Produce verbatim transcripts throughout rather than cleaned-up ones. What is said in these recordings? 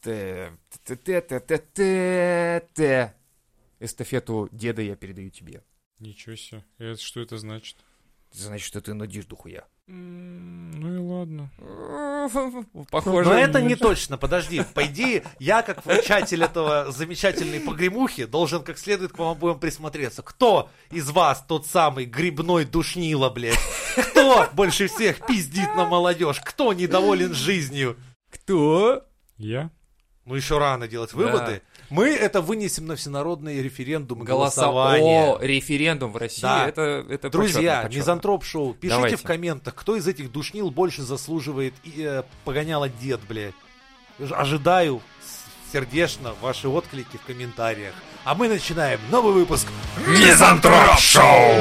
Эстафету деда я передаю тебе. Ничего себе. Это, что это значит? Значит, что ты нудишь дохуя. Mm, ну и ладно. Похоже. Но это не точно, подожди. По идее, я, как вручатель этого замечательной погремухи, должен как следует к вам обоим присмотреться. Кто из вас тот самый грибной душнило, блядь? Кто больше всех пиздит на молодежь? Кто недоволен жизнью? Кто? Я? Ну, еще рано делать выводы. Да. Мы это вынесем на всенародный референдум и Голоса... голосование. О, референдум в России, да. это, это Друзья, почетно, Мизантроп-шоу, пишите Давайте. в комментах, кто из этих душнил больше заслуживает и, э, погоняла дед, блядь. Ожидаю сердечно ваши отклики в комментариях. А мы начинаем новый выпуск Мизантроп-шоу!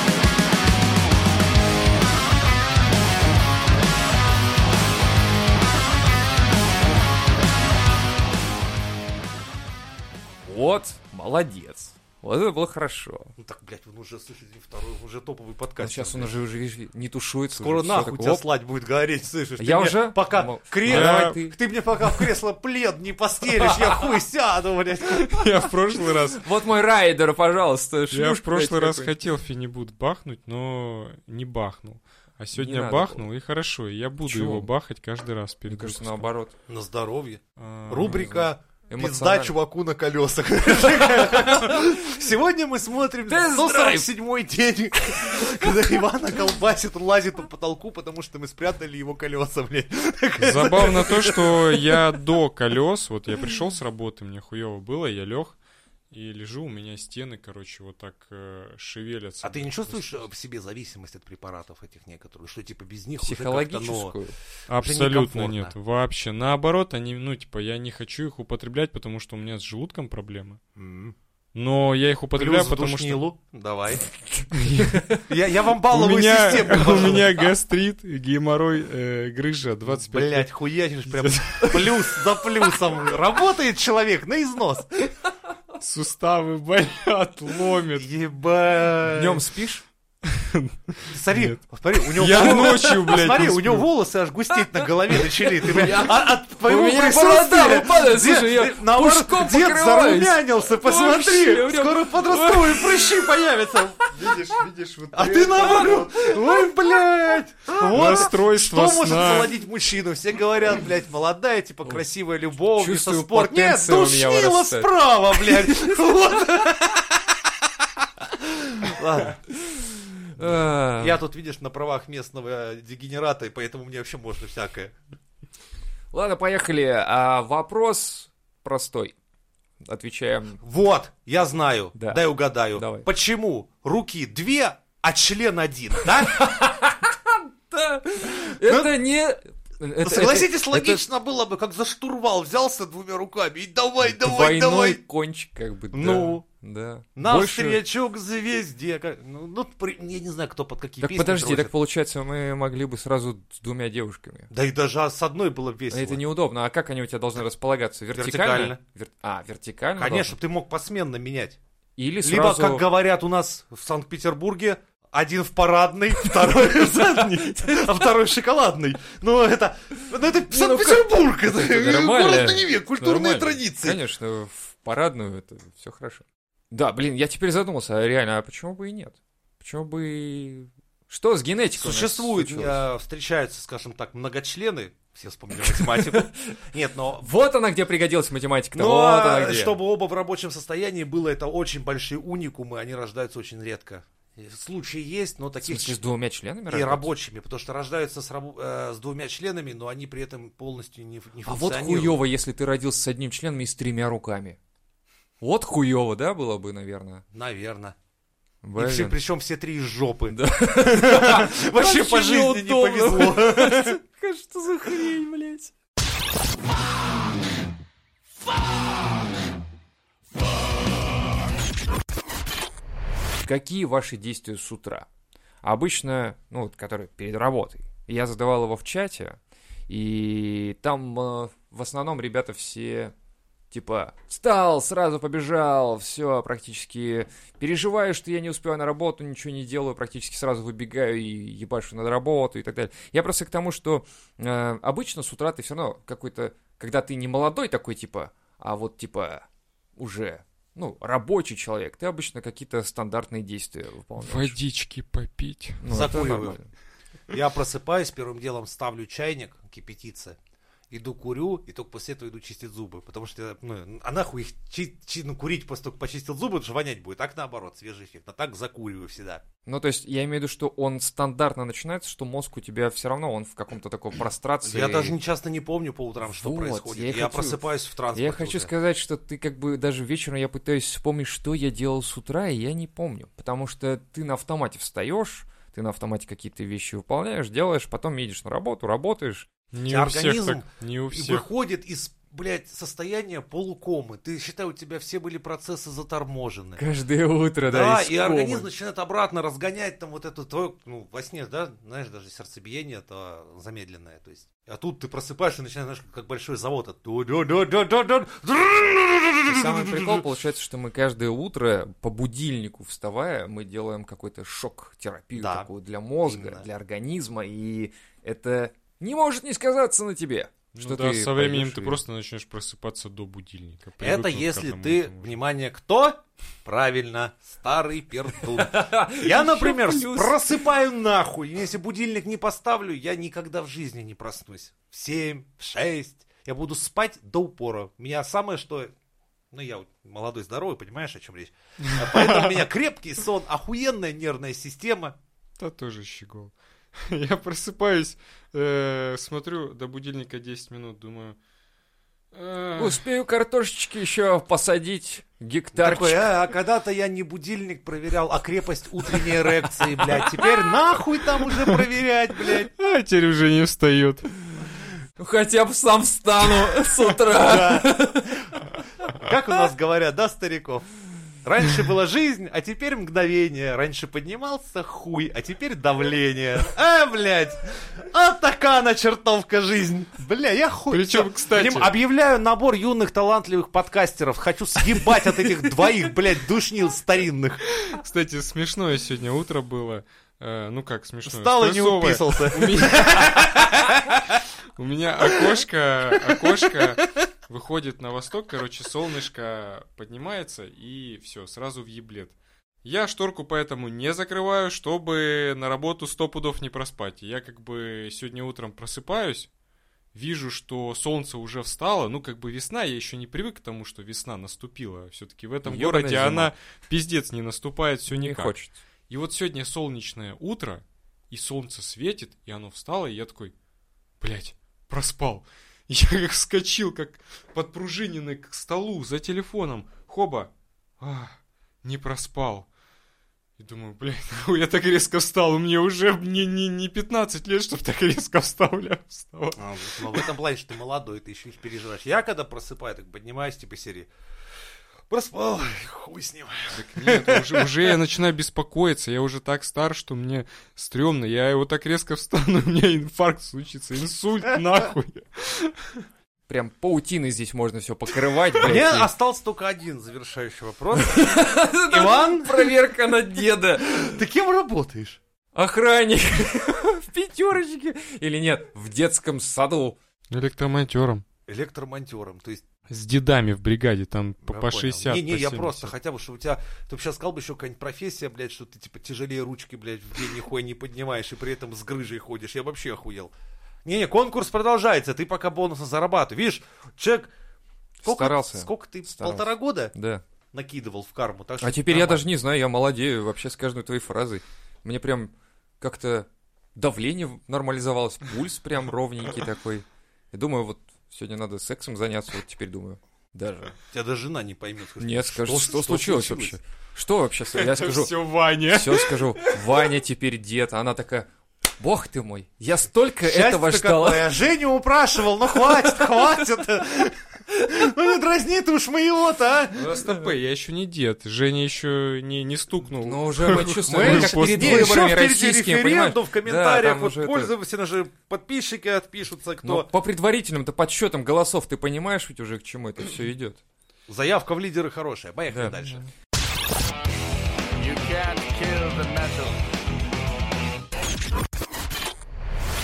Вот, молодец. Вот это было хорошо. Ну так, блядь, он уже, слышите, второй, уже топовый подкаст. Сейчас он уже, уже видишь, не тушуется. Скоро уже, нахуй так, тебя оп. слать будет гореть, слышишь? Я ты уже? Мне пока Мол... кресло... Ну, давай ты. ты мне пока в кресло плед не постелишь, я хуй сяду, блядь. Я в прошлый раз... Вот мой райдер, пожалуйста. Я в прошлый раз хотел фенибут бахнуть, но не бахнул. А сегодня бахнул, и хорошо. И я буду его бахать каждый раз перед выпуском. Кажется, наоборот. На здоровье. Рубрика... Пизда чуваку на колесах. Сегодня мы смотрим сто сорок седьмой день, когда Ивана колбасит, он лазит по потолку, потому что мы спрятали его колеса, блядь. Забавно то, что я до колес, вот я пришел с работы, мне хуево было, я лег, и лежу, у меня стены, короче, вот так э, шевелятся. А ты не чувствуешь в себе зависимость от препаратов этих некоторых? Что типа без них психологическую? Уже абсолютно нет. Вообще. Наоборот, они, ну, типа, я не хочу их употреблять, потому что у меня с желудком проблемы. Mm-hmm. Но я их употребляю, Плюс потому душнилу. что... Давай. Я вам балловую систему. У меня гастрит, геморрой, грыжа, двадцать пять. Блять, хуятишь прям плюс за плюсом. Работает человек на износ. Суставы болят, ломят. Ебать. Днем спишь? Смотри, смотри, у него я волосы, ночью, блядь, смотри, у него волосы аж густеть на голове начали. Ты, блядь, а, от твоего у меня присутствия борода выпадает, слушай, я наоборот, пушком дед покрываюсь. зарумянился, посмотри, Вообще, скоро подростковые прыщи появятся. Видишь, видишь, вот А ты наоборот, ой, блядь. Вот расстройство что может сна. заводить мужчину? Все говорят, блядь, молодая, типа, красивая любовница, Чувствую, спорт. Нет, потенция у меня душнила вырастает. справа, блядь. Вот. Ладно. Я тут, видишь, на правах местного дегенерата, и поэтому мне вообще можно всякое. Ладно, поехали. А, вопрос простой. Отвечаем. Вот, я знаю. Да. Дай угадаю. Давай. Почему руки две, а член один, да? Да, это не... Ну, согласитесь, логично было бы, как за штурвал взялся двумя руками и давай, давай, Двойной давай. кончик, как бы, да. Ну, да. навстречу к звезде. Как- Ну, ну, при- я не знаю, кто под какие Так песни подожди, дрочит. так получается, мы могли бы сразу с двумя девушками. Да и даже с одной было весело. Это неудобно. А как они у тебя должны располагаться? Вертикально? Вертикально. Вер- А, вертикально? Конечно, должно? ты мог посменно менять. Или Либо, сразу... как говорят у нас в Санкт-Петербурге, один в парадный, второй в задний, а второй в шоколадный. Ну, это, ну, это Санкт-Петербург, это, Это нормально. город на Неве, культурные Нормально. традиции. Конечно, в парадную это все хорошо. Да, блин, я теперь задумался, а реально, а почему бы и нет? Почему бы и... Что с генетикой у нас Существуют, случилось? э, встречаются, скажем так, многочлены, все вспомнили математику. Нет, но... Вот она, где пригодилась математика. Но Вот она где. чтобы оба в рабочем состоянии было, это очень большие уникумы, они рождаются очень редко. Случаи есть, но В таких... смысле, с двумя членами И рождаются? рабочими, потому что рождаются с, рабо- э, с двумя членами, но они при этом полностью не, не А вот функционируют. хуёво, если ты родился с одним членом и с тремя руками. Вот хуёво, да, было бы, наверное? Наверное. И Блин. все, причем все три из жопы. Да. Вообще по жизни не повезло. Что за хрень, блядь? Какие ваши действия с утра? Обычно, ну, вот, которые перед работой. Я задавал его в чате, и там э, в основном ребята все, типа, встал, сразу побежал, все, практически переживаю, что я не успеваю на работу, ничего не делаю, практически сразу выбегаю и ебашу на работу и так далее. Я просто к тому, что э, обычно с утра ты все равно какой-то когда ты не молодой такой, типа, а вот, типа, уже, ну, рабочий человек, ты обычно какие-то стандартные действия выполняешь. Водички попить. Ну, это Закуриваю. нормально. Я просыпаюсь, первым делом ставлю чайник, кипятится, иду курю, и только после этого иду чистить зубы. Потому что, ну, а нахуй их чи- чи- ну, курить после того, как почистил зубы, это же вонять будет. Так наоборот, свежий эффект. А так закуриваю всегда. Ну, то есть, я имею в виду, что он стандартно начинается, что мозг у тебя все равно, он в каком-то такой прострации. Я даже не часто не помню по утрам, что Вот, происходит. я Я, и хочу- просыпаюсь в транспорте. Я хочу уже. сказать, что ты как бы даже вечером я пытаюсь вспомнить, что я делал с утра, и я не помню. Потому что ты на автомате встаешь, ты на автомате какие-то вещи выполняешь, делаешь, потом едешь на работу, работаешь. Не У у всех организм так, не у И всех. выходит из, блядь, состояния полукомы. Ты считай, у тебя все были процессы заторможены. Каждое утро, Да, да, и организм начинает обратно разгонять там вот это твое, ну, во сне, да, знаешь, даже сердцебиение это замедленное, то есть. А тут ты просыпаешься и начинаешь, знаешь, как большой завод. это И самый прикол получается, что мы каждое утро по будильнику вставая, мы делаем какой-то шок-терапию Да, такую для мозга, именно. для организма, и это не может не сказаться на тебе. Ну Что да, ты со временем пойдёшь ты и- просто начнешь просыпаться до будильника. Это Привыкнуть к если одному и ты, тому же. внимание, кто? Правильно, старый пердун. Я, например, плюс. просыпаю нахуй. И если будильник не поставлю, я никогда в жизни не проснусь. В семь, в шесть. Я буду спать до упора. У меня самое, что... Ну, я вот молодой, здоровый, понимаешь, о чем речь? А Поэтому у меня крепкий сон, охуенная нервная система. Да тоже щегол. Я просыпаюсь, э, смотрю до будильника десять минут, думаю... э, Успею картошечки еще посадить, гектарчик. Такой, а, а когда-то я не будильник проверял, а крепость утренней эрекции, блядь. Теперь нахуй там уже проверять, блядь. А теперь уже не встает. Хотя бы сам встану с утра. Как у нас говорят, да, стариков? Раньше была жизнь, а теперь мгновение. Раньше поднимался хуй, а теперь давление. А, блядь, а такая она чертовка жизнь. Бля, я хуй. Причем, Всё. кстати- Блин, объявляю набор юных талантливых подкастеров. Хочу съебать от этих двоих, блядь, душнил старинных. Кстати, смешное сегодня утро было. Э, ну как смешное? Встал и не стрессовое. уписался. У меня- У меня окошко, окошко выходит на восток, короче, солнышко поднимается, и все, сразу в еблет. Я шторку поэтому не закрываю, чтобы на работу сто пудов не проспать. Я как бы сегодня утром просыпаюсь, вижу, что солнце уже встало, ну как бы весна, я еще не привык к тому, что весна наступила. Все-таки в этом Ёбаная городе зима. она пиздец не наступает, все Не никак. хочет. И вот сегодня солнечное утро, и солнце светит, и оно встало, и я такой, блядь, проспал. И я как вскочил, как подпружиненный к столу за телефоном. Хоба, а, не проспал. И думаю, блядь, нахуй я так резко встал, мне уже не, не, не пятнадцать лет, чтобы так резко вставля- вставать. А, ну, в этом плане, что ты молодой, ты еще не переживаешь. Я когда просыпаюсь, так поднимаюсь, типа серии. Проспал, хуй с ним. Так нет, уже, уже я начинаю беспокоиться, я уже так стар, что мне стрёмно, я его так резко встану, у меня инфаркт случится, инсульт нахуй. Прям паутиной здесь можно все покрывать, Мне блядь. и- остался только один завершающий вопрос. Иван, Проверка на деда. ты кем работаешь? Охранник. В пятерочке. Или нет, в детском саду. Электромонтёром. Электромонтером, то есть... С дедами в бригаде, там по, я по понял. шестьдесят, Не-не, по я семьдесят. просто хотя бы, что у тебя... Ты бы сейчас сказал бы еще какая-нибудь профессия, блядь, что ты типа тяжелее ручки, блядь, в день нихуя не поднимаешь и при этом с грыжей ходишь. Я вообще охуел. Не-не, конкурс продолжается, ты пока бонусы зарабатываешь. Видишь, человек... Сколько, Старался. Сколько ты? Старался. Полтора года Да. накидывал в карму. Так что А теперь я нормально. даже не знаю, я молодею вообще с каждой твоей фразой. Мне прям как-то давление нормализовалось, пульс прям ровненький такой. И думаю, вот сегодня надо сексом заняться, вот теперь думаю. Даже. Тебя даже жена не поймет. Скажет, Нет, скажет, что, что случилось, случилось? вообще? Что вообще? с- Я скажу, Все, Ваня. все скажу, Ваня теперь дед. А она такая, бог ты мой, я столько Счастье-то этого ждала. какое. Женю упрашивал, ну хватит, хватит. Ну не дразни ты уж моего-то, а. Ну, стоп, я еще не дед. Женя еще не, не стукнул. Ну, уже мы чувствуем, Мы мы как пост- перед Не, еще выборами впереди российскими, понимаешь? референдум в комментариях, Да, там вот уже это- пользователи же, подписчики отпишутся, кто. Но по предварительным-то подсчетам голосов ты понимаешь ведь уже, к чему это все идет. Заявка в лидеры хорошая, поехали Да. дальше.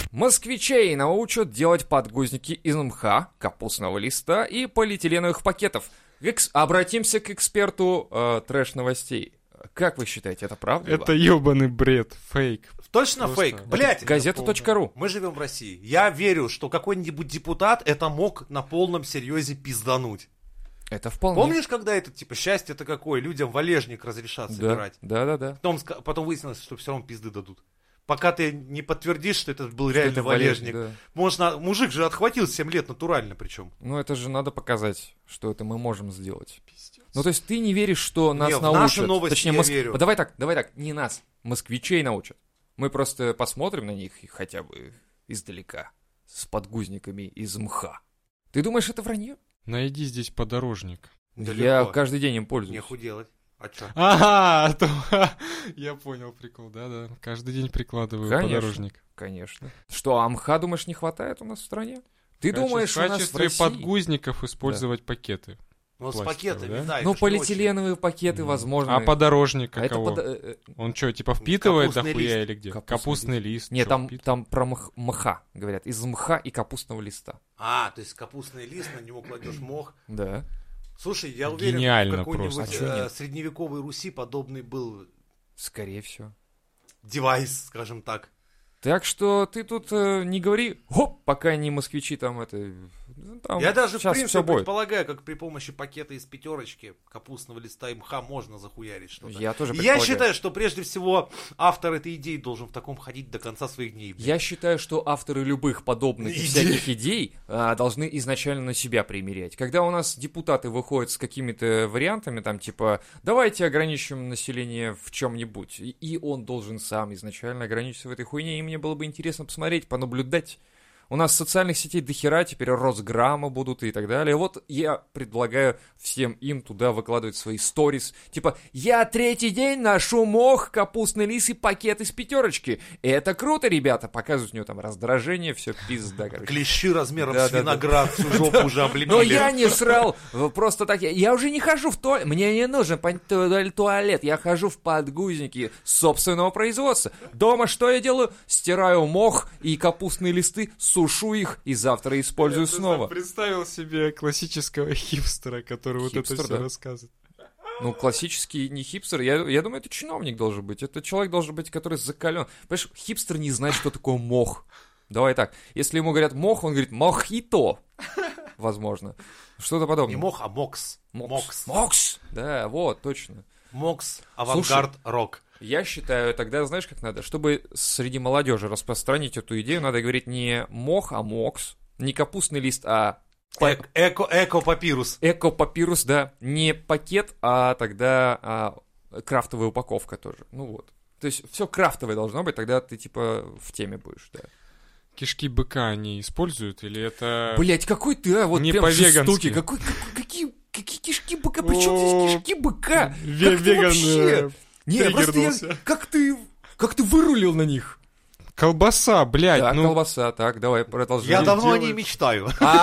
Москвичей научат делать подгузники из мха, капустного листа и полиэтиленовых пакетов. Экс... Обратимся к эксперту э, трэш-новостей. Как вы считаете, это правда? Это ебаный бред, фейк. Точно Просто. фейк? Блять, газета точка ру. мы живем в России. Я верю, что какой-нибудь депутат это мог на полном серьезе пиздануть. Это вполне. Помнишь, когда это, типа, счастье-то какое, людям валежник разрешат собирать? Да, да, да. Потом, ска- потом выяснилось, что все равно пизды дадут. Пока ты не подтвердишь, что это был Что реально это валежник. да. Можно, мужик же отхватил семь лет натурально причем. Ну, это же надо показать, что это мы можем сделать. Ну, то есть ты не веришь, что нас Не, в научат? наши новости Точнее, я моск- верю. Давай так, давай так, не нас, москвичей научат. Мы просто посмотрим на них и хотя бы издалека, с подгузниками из мха. Ты думаешь, это вранье? Найди здесь подорожник. Да Я легко. каждый день им пользуюсь. Неху делать. А чё? Ага, то... я понял прикол, да-да. Каждый день прикладываю Конечно. подорожник. Конечно. Что, а мха, думаешь, не хватает у нас в стране? Ты В думаешь, у нас в качестве России... подгузников использовать пакеты. Ну, с Пластиковые, пакетами, да? да. Ну, это ж не очень. полиэтиленовые пакеты, возможно. А подорожник А это каково? под- э, э, Он что, типа впитывает Капустный дохуя лист. или где? Капустный Капустный лист. Нет, чё, там, впит- там про мх- мха, говорят, из мха и капустного листа. А, то есть капустный лист, на него кладешь мох. Да. Слушай, я уверен, Гениально в какой-нибудь просто. А чё э, нет? средневековой Руси подобный был Скорее всего. девайс, скажем так. Так что ты тут э, не говори, хоп, пока не москвичи там это... ну, там Я даже, в сейчас принципе, все будет. предполагаю, как при помощи пакета из пятерочки капустного листа и мха можно захуярить что-то. Я тоже И Я предполагаю. считаю, что прежде всего автор этой идеи должен в таком ходить до конца своих дней. блин. Я считаю, что авторы любых подобных Идей. всяких идей а, должны изначально на себя примерять. Когда у нас депутаты выходят с какими-то вариантами, там типа, давайте ограничим население в чем-нибудь, и- и он должен сам изначально ограничиться в этой хуйне, и мне было бы интересно посмотреть, понаблюдать. У нас социальных сетей дохера, теперь Росграмма будут и так далее. Вот я предлагаю всем им туда выкладывать свои сторис. Типа, я третий день ношу мох, капустный лист и пакет из пятерочки. Это круто, ребята. Показывают у него там раздражение, все пизда, короче. Клещи размером Да, с да, да. виноград всю жопу уже облепили. Но я не срал, в- просто так, я, я уже не хожу в туалет, мне не нужен пон- ту- туалет, я хожу в подгузники собственного производства. Дома что я делаю? Стираю мох и капустные листы, сушу их и завтра использую Я просто снова. представил себе классического хипстера, который вот Хипстер, это все да. рассказывает. Ну, классический не хипстер, я, я думаю, это чиновник должен быть, это человек должен быть, который закален. Понимаешь, хипстер не знает, что такое мох. Давай так, если ему говорят мох, он говорит мохито, возможно. Что-то подобное. Не мох, а мокс. Мокс. Мокс. Мокс. Да, вот, точно. Мокс, авангард, рок. Я считаю, тогда знаешь, как надо? Чтобы среди молодежи распространить эту идею, надо говорить не мох, а мокс. Не капустный лист, а па- Эк- Эко, эко-папирус. эко-папирус, да. Не пакет, а тогда а, крафтовая упаковка тоже. Ну вот. То есть все крафтовое должно быть, тогда ты типа в теме будешь, да. Кишки быка они используют или это... Блять, какой ты, а, вот Не прям по-вегански. жестокий. Какой, какой- какие, какие кишки быка? При чем здесь О, кишки быка? Ве- Как ты веган, вообще? э, Не, просто я, триггернулся. как ты, как ты вырулил на них? Колбаса, блядь, Так, ну... колбаса, так, давай, продолжай. Я не давно о делают. ней мечтаю.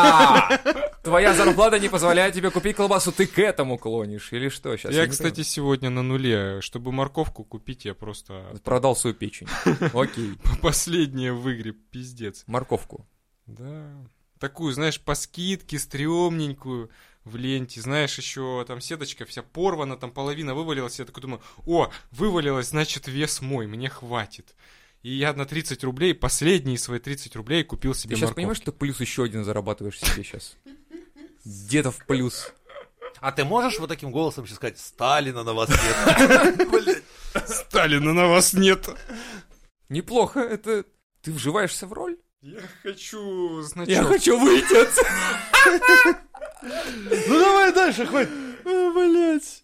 А, твоя зарплата не позволяет тебе купить колбасу, ты к этому клонишь, или что сейчас? Я, кстати, сегодня на нуле. Чтобы морковку купить, я просто Продал свою печень. Окей. последнее выгреб, пиздец. Морковку. Да. Такую, знаешь, по скидке, стрёмненькую в ленте. Знаешь, еще там сеточка вся порвана, там половина вывалилась. Я такой думаю, о, вывалилась, значит, вес мой, мне хватит. И я на тридцать рублей, последние свои тридцать рублей купил себе Ты сейчас морковки. понимаешь, что плюс еще один зарабатываешь себе сейчас? Где-то в плюс. А ты можешь вот таким голосом сейчас сказать, Сталина на вас нет? Блядь. Сталина на вас нет. Неплохо, это... Ты вживаешься в роль? Я хочу значок. Я хочу выйти отсюда. Ну давай дальше, хватит. Блять.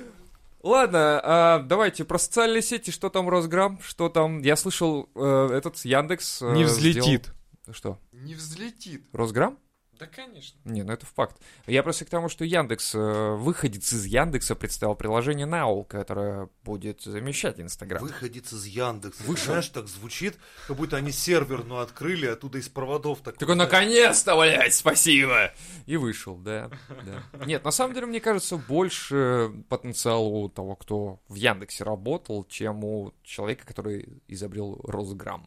Ладно, а, давайте про социальные сети, что там Росграм, что там... Я слышал, э, этот Яндекс... э, Не взлетит. сделал- Что, Не взлетит. Росграм? Да, конечно. Не, ну это факт. Я просто к тому, что Яндекс, э, выходец из Яндекса представил приложение Наул, которое будет замещать Инстаграм. Выходец из Яндекса. Вышел. Знаешь, так звучит, как будто они серверную открыли, оттуда из проводов так. Такой, наконец-то, блядь, спасибо! И вышел, да, да. Нет, на самом деле, мне кажется, больше потенциал у того, кто в Яндексе работал, чем у человека, который изобрел Росграм.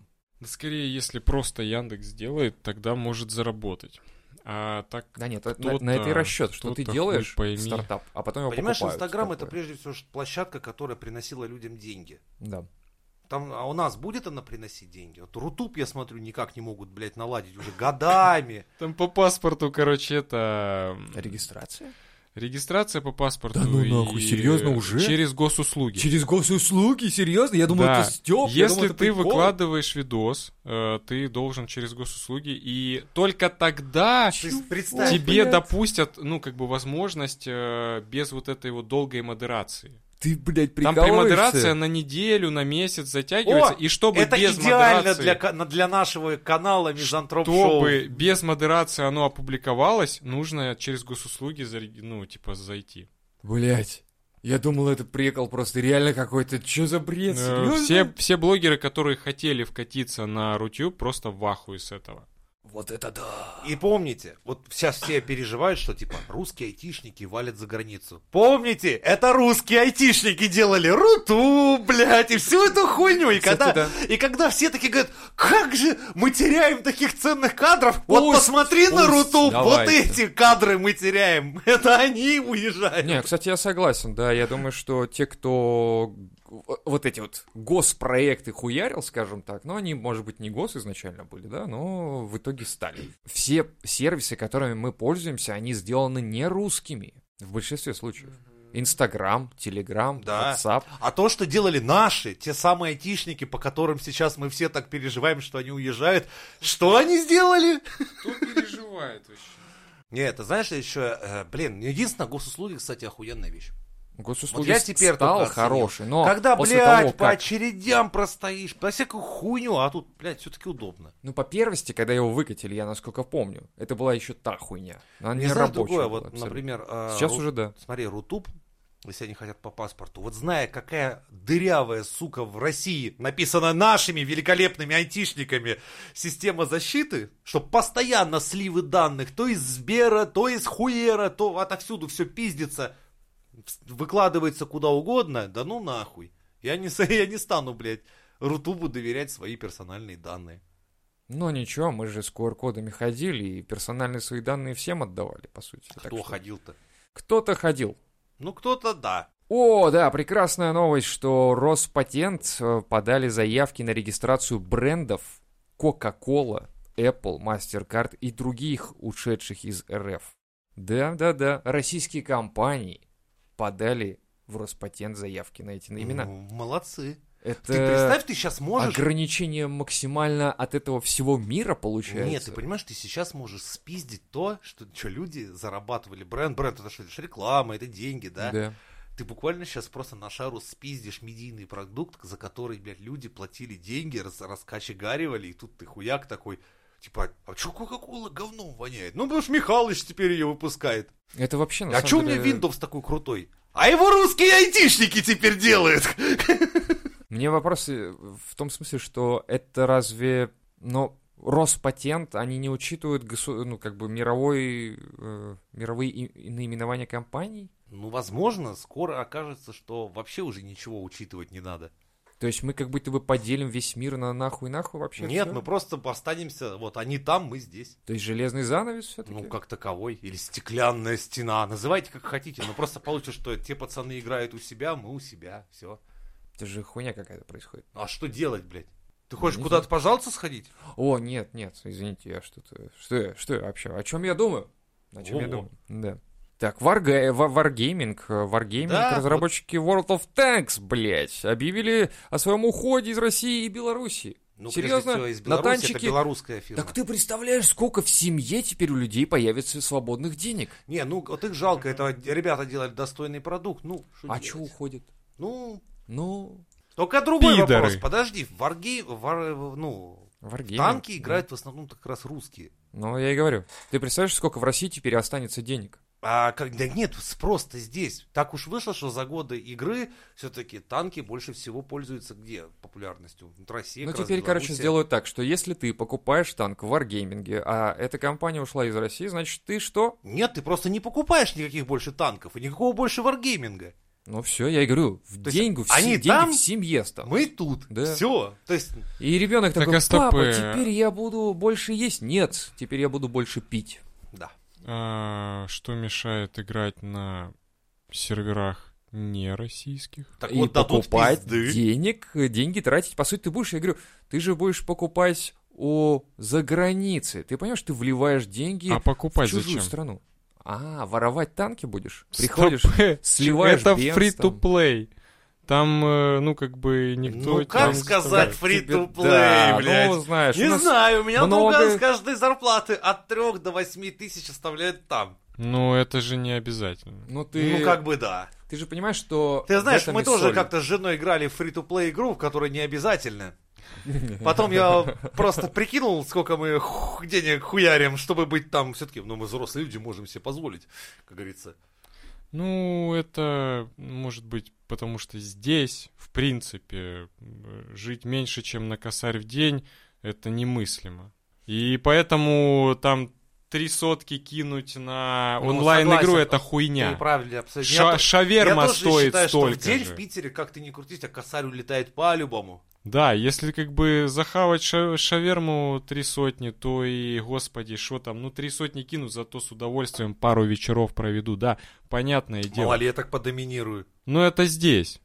Скорее, если просто Яндекс делает, тогда может заработать. А так Да нет, на, на это и расчет, что ты делаешь пойми. стартап, а потом его Понимаешь, покупают. Инстаграм это такое. прежде всего площадка, которая приносила людям деньги. Да. Там, а у нас будет она приносить деньги? Вот Рутуб, я смотрю, никак не могут, блядь, наладить уже годами. Там по паспорту, короче, это... Регистрация? Регистрация по паспорту. Да ну нахуй, и серьезно уже? Через госуслуги. Через госуслуги? Серьезно? Я думал, Да. это стёб. Если я думал, это ты прикол. выкладываешь видос, э, ты должен через госуслуги, и только тогда Ты представь, тебе блядь. допустят, ну, как бы, возможность э, без вот этой вот долгой модерации. Ты, блядь, Там прикалываешься? премодерация на неделю, на месяц затягивается, О, и чтобы это без идеально модерации... для, ка- на- для нашего канала Мизантроп Шоу. Чтобы без модерации оно опубликовалось, нужно через госуслуги, зареги- ну, типа, зайти. Блядь. Я думал, это прикол просто реально какой-то. Чё за бред? Э, Серьезно? Все, все блогеры, которые хотели вкатиться на Рутюб, просто в ахуе с этого. Вот это да. И помните, вот сейчас все переживают, что типа русские айтишники валят за границу. Помните, это русские айтишники делали Руту, блядь, и всю эту хуйню. И Кстати, когда, да. и когда все такие говорят, как же мы теряем таких ценных кадров, вот Пусть, посмотри на пусть, Руту, вот давайте. эти кадры мы теряем. Это они уезжают. Не, кстати, я согласен, да. Я думаю, что те, кто вот эти вот госпроекты хуярил, скажем так, но они, может быть, не гос изначально были, да, но в итоге стали. Все сервисы, которыми мы пользуемся, они сделаны не русскими в большинстве случаев. Инстаграм, Телеграм, Да. WhatsApp. А то, что делали наши, те самые айтишники, по которым сейчас мы все так переживаем, что они уезжают, что они сделали? Кто переживает вообще? Не, это знаешь, еще, э, блин, единственное, госуслуги, кстати, охуенная вещь. Госуслуги Вот я теперь стал только оценил. хороший, но Когда, после блядь, того, по как... очередям простоишь, по всякую хуйню, а тут, блядь, все-таки удобно. Ну, по первости, когда его выкатили, я насколько помню, это была еще та хуйня. Она Не не знаешь, рабочая другое, была вот, абсолютно. например... э, Сейчас Ру- уже да. Смотри, Рутуб, если они хотят по паспорту, вот зная, какая дырявая, сука, в России написана нашими великолепными айтишниками система защиты, что постоянно сливы данных то из Сбера, то из Хуера, то отовсюду все пиздится, выкладывается куда угодно, да ну нахуй. Я не, с- я не стану, блядь, Рутубу доверять свои персональные данные. Ну, ничего, мы же с ку ар-кодами ходили и персональные свои данные всем отдавали, по сути. Так Кто что ходил-то? Кто-то ходил. Ну, кто-то да. О, да, прекрасная новость, что Роспатент э, подали заявки на регистрацию брендов Coca-Cola, Apple, MasterCard и других ушедших из эр эф. Да-да-да, российские компании подали в Роспатент заявки на эти имена. Ну, молодцы. Это Ты представь, ты сейчас можешь... ограничение максимально от этого всего мира получается. Нет, ты понимаешь, ты сейчас можешь спиздить то, что, что люди зарабатывали. Бренд, бренд, это что, это ж реклама, это деньги, да? Да. Ты буквально сейчас просто на шару спиздишь медийный продукт, за который, блядь, люди платили деньги, рас, раскачегаривали, и тут ты хуяк такой, типа, а чё Кока-Кола говном воняет? Ну, потому что Михалыч теперь ее выпускает. Это вообще на А самом чё у деле... меня Windows такой крутой? А его русские айтишники теперь делают! Мне вопрос э, в том смысле, что это разве... Но Роспатент, они не учитывают госу... ну, как бы мировой, э, мировые и- наименования компаний? Ну, возможно, скоро окажется, что вообще уже ничего учитывать не надо. То есть мы как будто бы поделим весь мир на нахуй-нахуй вообще? Нет, всё? мы просто останемся, вот они там, мы здесь. То есть железный занавес все-таки? Ну, как таковой. Или стеклянная стена. Называйте как хотите. Но просто получится, что те пацаны играют у себя, мы у себя. Все. Это же хуйня какая-то происходит. А что делать, блядь? Ты хочешь Не куда-то пожаловаться сходить? О, нет, нет, извините, я что-то... Что я, что я вообще? О чем я думаю? О чем я Во-во. думаю? Да. Так, Warga- Wa- Wargaming, э, Wargaming, Да, разработчики World of Tanks, блять, объявили о своем уходе из России и Белоруссии. Ну, Серьезно? прежде всего, из На Беларуси, танчике? это белорусская фирма. Так ты представляешь, сколько в семье теперь у людей появится свободных денег? Не, ну, вот их жалко. Это ребята делали достойный продукт. Ну, что А делать? что уходит? Ну, Ну, только другой Пидоры. вопрос. Подожди, в Варге... Вар... ну, Wargaming. танки играют в основном как раз русские. Ну, я и говорю. Ты представляешь, сколько в России теперь останется денег? А как, да нет, спрос-то здесь. Так уж вышло, что за годы игры все-таки танки больше всего пользуются где популярностью? В России, Ну, как раз теперь, короче, Белоруссия. сделают так, что если ты покупаешь танк в Wargaming, а эта компания ушла из России, значит, ты что? Нет, ты просто не покупаешь никаких больше танков и никакого больше варгейминга. Ну все, я и говорю, в То есть деньги, в, они се- деньги там, в семье стал. Мы тут. Да. Все. То есть, И ребенок Так, такой, а стоп, папа, э, теперь я буду больше есть. Нет, теперь я буду больше пить. да. А, что мешает играть на серверах не российских? Так И вот дадут покупать пизды. денег, деньги тратить. По сути, ты будешь, я говорю, ты же будешь покупать у заграницы. Ты понимаешь, ты вливаешь деньги А в покупать чужую зачем? страну. А, воровать танки будешь? Стоп, Приходишь, сливаешь это бенз free-to-play. Там, э, ну, как бы, никто... Ну, там как не сказать заставляет. free-to-play, да, блядь? ну, знаешь, у Не нас знаю, у меня много- много с каждой зарплаты от трех до восьми тысяч оставляют там. Ну, это же не обязательно. Ну, ты, Ну, как бы да. ты же понимаешь, что... Ты в знаешь, этом мы и тоже соль. как-то с женой играли в фри-то-плей игру, в которой не обязательно. Потом я просто прикинул, сколько мы ху- денег хуярим, чтобы быть там все-таки. Ну, мы взрослые люди, можем себе позволить, как говорится. Ну, это может быть потому, что здесь, в принципе, э, жить меньше, чем на косарь в день, это немыслимо. И поэтому там три сотки кинуть на Ну, онлайн-игру согласен. это Ты хуйня. правильно абсолютно. Ша- Я то- шаверма я тоже стоит считаю, что столько в день же. в Питере, как ты не крутись, а косарь улетает по-любому. Да, если как бы захавать ша- шаверму три сотни, то и, господи, что там, ну три сотни кину, зато с удовольствием пару вечеров проведу, да, понятное дело. Малолеток подоминирую. Но это здесь.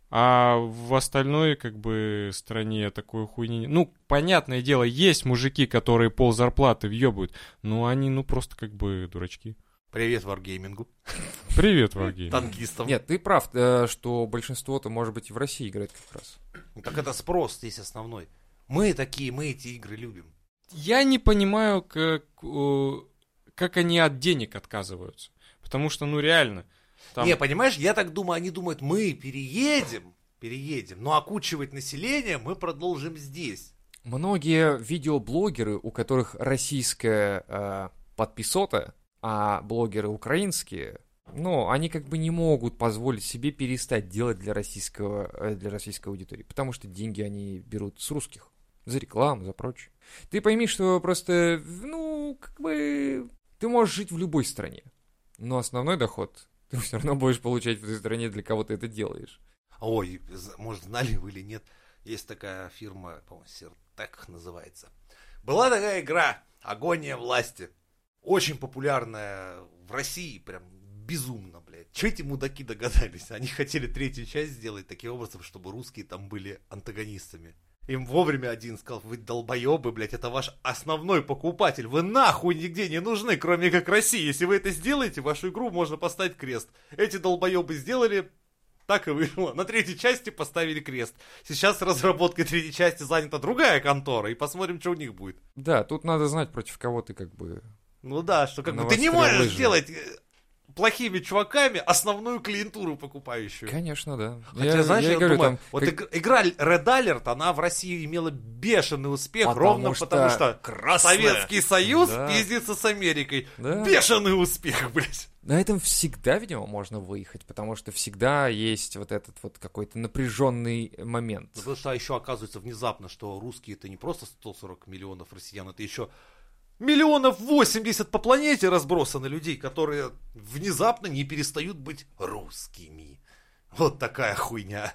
А в остальной, как бы, стране такой хуйни... не- Ну, понятное дело, есть мужики, которые пол зарплаты въебывают, но они, ну, просто как бы дурачки. Привет варгеймингу. Привет, враги. Танкистам. Нет, ты прав, э, что большинство-то, может быть, и в России играет как раз. Так это спрос здесь основной. Мы такие, мы эти игры любим. Я не понимаю, как, э, как они от денег отказываются. Потому что, ну, реально... Там... Не, понимаешь, я так думаю, они думают, мы переедем, переедем, но окучивать население мы продолжим здесь. Многие видеоблогеры, у которых российская э, подписота, а блогеры украинские, ну, они как бы не могут позволить себе перестать делать для, российского, э, для российской аудитории, потому что деньги они берут с русских, за рекламу, за прочее. Ты пойми, что просто, ну, как бы, ты можешь жить в любой стране, но основной доход ты все равно будешь получать в этой стране, для кого ты это делаешь. Ой, з- может, знали вы или нет, есть такая фирма, по-моему, Сиртек называется. Была такая игра «Агония власти». Очень популярная в России, прям безумно, блядь. Че эти мудаки догадались? Они хотели третью часть сделать таким образом, чтобы русские там были антагонистами. Им вовремя один сказал, вы долбоебы, блядь, это ваш основной покупатель. Вы нахуй нигде не нужны, кроме как России. Если вы это сделаете, вашу игру можно поставить крест. Эти долбоебы сделали, так и вышло. На третьей части поставили крест. Сейчас разработкой третьей части занята другая контора, и посмотрим, что у них будет. Да, тут надо знать, против кого ты как бы... Ну да, что как На бы ты не вострые можешь лыжи. сделать э, плохими чуваками основную клиентуру покупающую. Конечно, да. Хотя, знаешь, я, и говорю, думаю, там, вот как- иг- игра Red Alert, она в России имела бешеный успех, Потому ровно что потому что красная. Советский Союз Да. пиздится с Америкой. Да. Бешеный успех, блядь. На этом всегда, видимо, можно выехать, потому что всегда есть вот этот вот какой-то напряженный момент. Потому что еще оказывается внезапно, что русские это не просто сто сорок миллионов россиян, это еще миллионов восемьдесят по планете разбросаны людей, которые внезапно не перестают быть русскими. Вот такая хуйня.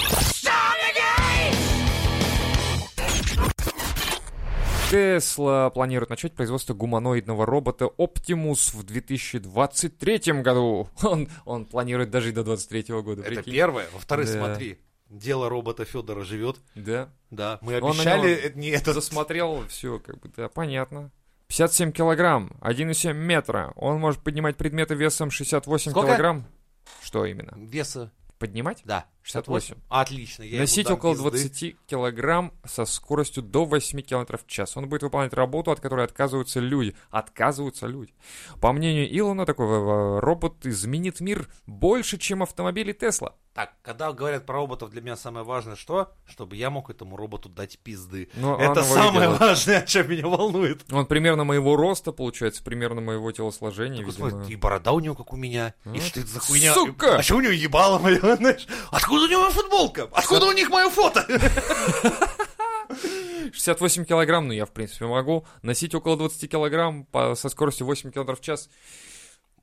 Tesla планирует начать производство гуманоидного робота Optimus в две тысячи двадцать третьем году. Он, он планирует дожить до двадцать третьего года. Это прикинь. первое. Во-вторых, Да. смотри, дело робота Федора живет. Да. Да, мы Он на обещали него это не этот. Засмотрел, все, как бы, да, понятно. пятьдесят семь килограмм, один и семь метра. Он может поднимать предметы весом шестьдесят восемь Сколько? килограмм. Что именно? Веса. Поднимать? Да. шестьдесят восемь. Отлично. я ему Носить дам около пизды. двадцать килограмм со скоростью до восемь километров в час. Он будет выполнять работу, от которой отказываются люди. Отказываются люди. По мнению Илона, такой э, робот изменит мир больше, чем автомобили Тесла. Так, когда говорят про роботов, для меня самое важное что? Чтобы я мог этому роботу дать пизды. Но он Это его и самое делает. важное, о чем меня волнует. Он примерно моего роста, получается, примерно моего телосложения, Такой, видимо. смотри, и борода у него, как у меня. И Вот. что это за хуйня? Сука! А что у него ебало мое, знаешь? Откуда у него моя футболка? Откуда у них мое фото? шестьдесят восемь килограмм, ну я, в принципе, могу. Носить около двадцать килограмм по- со скоростью восемь километров в час.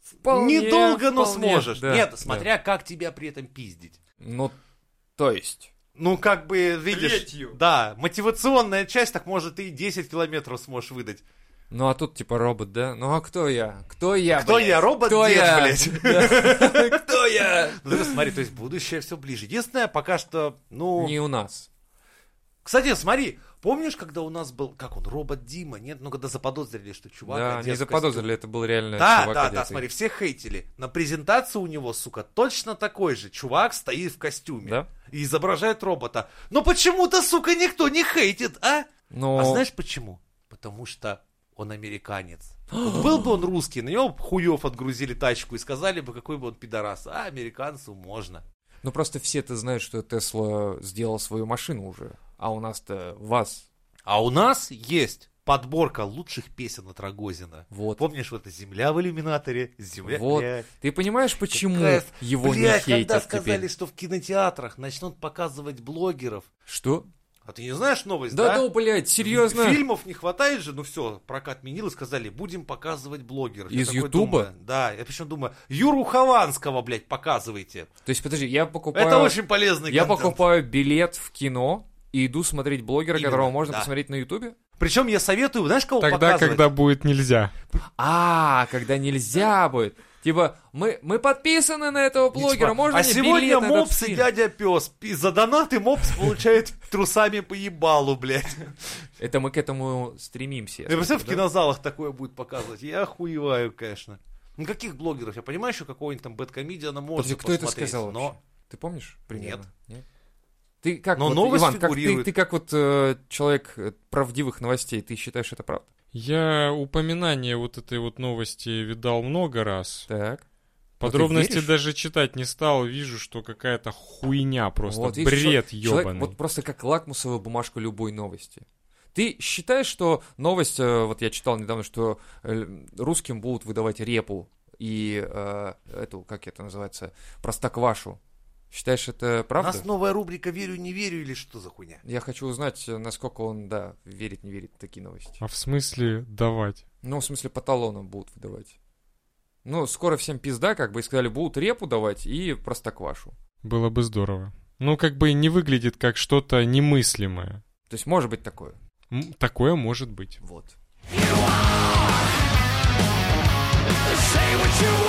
Вполне, Недолго, но вполне, сможешь. да, Нет, да. смотря как тебя при этом пиздить. Ну, то есть... Ну, как бы, видишь... Плетью. Да, мотивационная часть, так может ты и десять километров сможешь выдать. Ну, а тут типа робот, да? Ну, а кто я? Кто я, Кто блядь? я, робот, Кто дед, я? блядь? Да. Кто я? Ну, смотри, то есть будущее все ближе. Единственное, пока что, ну... Не у нас. Кстати, смотри, помнишь, когда у нас был, как он, робот Дима, нет? Ну, когда заподозрили, что чувак Да, одет не в заподозрили, это был реально Да, чувак да, одетый. да, смотри, все хейтили. На презентации у него, сука, точно такой же. Чувак стоит в костюме. Да? И изображает робота. Но почему-то, сука, никто не хейтит, а? Но... А знаешь почему? Потому что он американец. Вот был бы он русский, на него хуев отгрузили тачку и сказали бы, какой бы он пидорас. А американцу можно. Ну, просто все-то знают, что Тесла сделал свою машину уже. А у нас-то ВАЗ. А у нас есть подборка лучших песен от Рогозина. Вот. Помнишь, вот это «Земля в иллюминаторе», «Земля», Вот. блядь. Ты понимаешь, почему Какая- его Блядь, не когда хейтят сказали, теперь? что в кинотеатрах начнут показывать блогеров. Что? А ты не знаешь новость, да? Да, да, блядь, серьезно? Фильмов не хватает же, ну все, прокат отменил и сказали, будем показывать блогеров. Я Из такой Ютуба? думаю, да, я причем думаю, Юру Хованского, блядь, показывайте. То есть, подожди, я покупаю... Это очень полезный Я контент. покупаю билет в кино и иду смотреть блогера, Именно, которого можно да. посмотреть на Ютубе? Причем я советую, знаешь, кого Тогда, показывать? когда будет нельзя. А, когда нельзя будет. Типа, мы, мы подписаны на этого И блогера, типа, можно а мне сегодня билет на этот мопс и фильм?» дядя пес. И за донаты мопс получает трусами по ебалу, блядь. Это мы к этому стремимся. Я представляю, в да? кинозалах такое будет показывать. Я охуеваю, конечно. Ну каких блогеров? Я понимаю, что какого-нибудь там бэдкомедиана можно Подожди, кто это посмотреть, сказал но... вообще? Ты помнишь примерно? Нет. Ты как, Но вот, новость Иван, как ты, фигурирует. ты как вот э, человек э, правдивых новостей, ты считаешь это правда? Я упоминание вот этой вот новости видал много раз. Так. Подробности веришь? даже читать не стал. Вижу, что какая-то хуйня просто. Вот, видишь, бред человек- человек ебаный. вот просто как лакмусовая бумажка любой новости. Ты считаешь, что новость, э, вот я читал недавно, что э, русским будут выдавать репу и э, эту, как это называется, простоквашу? Считаешь, это У правда? нас новая рубрика «Верю, не верю» или что за хуйня? Я хочу узнать, э, насколько он, да, верит, не верит в такие новости. А в смысле давать? Ну, в смысле, по талонам будут выдавать. Ну, скоро всем пизда, как бы, и сказали, будут репу давать и простоквашу. Было бы здорово. Ну, как бы не выглядит как что-то немыслимое. То есть, может быть такое. М, Такое может быть. Вот. Say what you